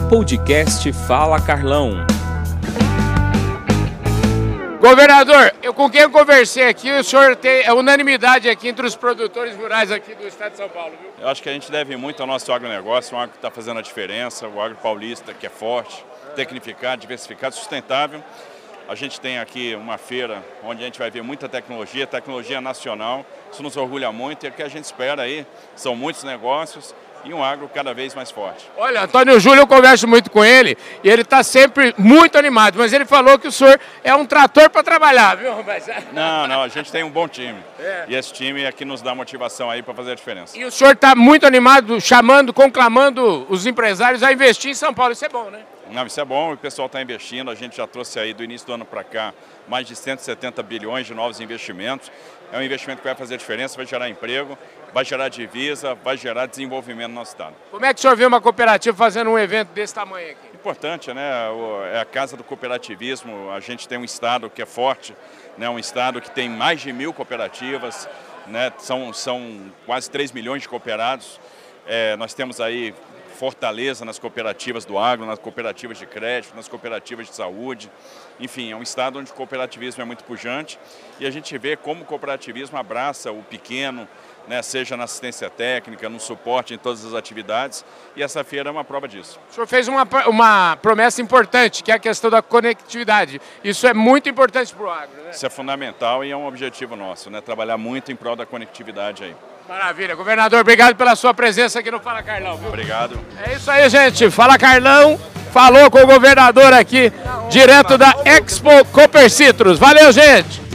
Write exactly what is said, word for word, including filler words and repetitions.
Podcast Fala Carlão. Governador, eu, com quem eu conversei aqui, o senhor tem a unanimidade aqui entre os produtores rurais aqui do estado de São Paulo, viu? Eu acho que a gente deve muito ao nosso agronegócio, um agro que está fazendo a diferença, o agro paulista que é forte, tecnificado, diversificado, sustentável. A gente tem aqui uma feira onde a gente vai ver muita tecnologia, tecnologia nacional, isso nos orgulha muito e o que a gente espera aí são muitos negócios e um agro cada vez mais forte. Olha, Antônio Júlio, eu converso muito com ele e ele está sempre muito animado, mas ele falou que o senhor é um trator para trabalhar, viu? Mas... Não, não, a gente tem um bom time é. E esse time é que nos dá motivação aí para fazer a diferença. E o senhor está muito animado, chamando, conclamando os empresários a investir em São Paulo, isso é bom, né? Não, isso é bom, o pessoal está investindo, a gente já trouxe aí do início do ano para cá mais de cento e setenta bilhões de novos investimentos. É um investimento que vai fazer diferença, vai gerar emprego, vai gerar divisa, vai gerar desenvolvimento no nosso estado. Como é que o senhor vê uma cooperativa fazendo um evento desse tamanho aqui? Importante, né? É a casa do cooperativismo, a gente tem um estado que é forte, né? Um estado que tem mais de mil cooperativas, né? São, são quase três milhões de cooperados. É, nós temos aí fortaleza nas cooperativas do agro, nas cooperativas de crédito, nas cooperativas de saúde. Enfim, é um estado onde o cooperativismo é muito pujante e a gente vê como o cooperativismo abraça o pequeno, né, seja na assistência técnica, no suporte em todas as atividades, e essa feira é uma prova disso. O senhor fez uma, uma promessa importante, que é a questão da conectividade. Isso é muito importante para o agro, né? Isso é fundamental e é um objetivo nosso, né, trabalhar muito em prol da conectividade aí. Maravilha. Governador, obrigado pela sua presença aqui no Fala Carlão, viu? Obrigado. É isso aí, gente. Fala Carlão, falou com o governador aqui, direto da Expo Cooper Citrus. Valeu, gente!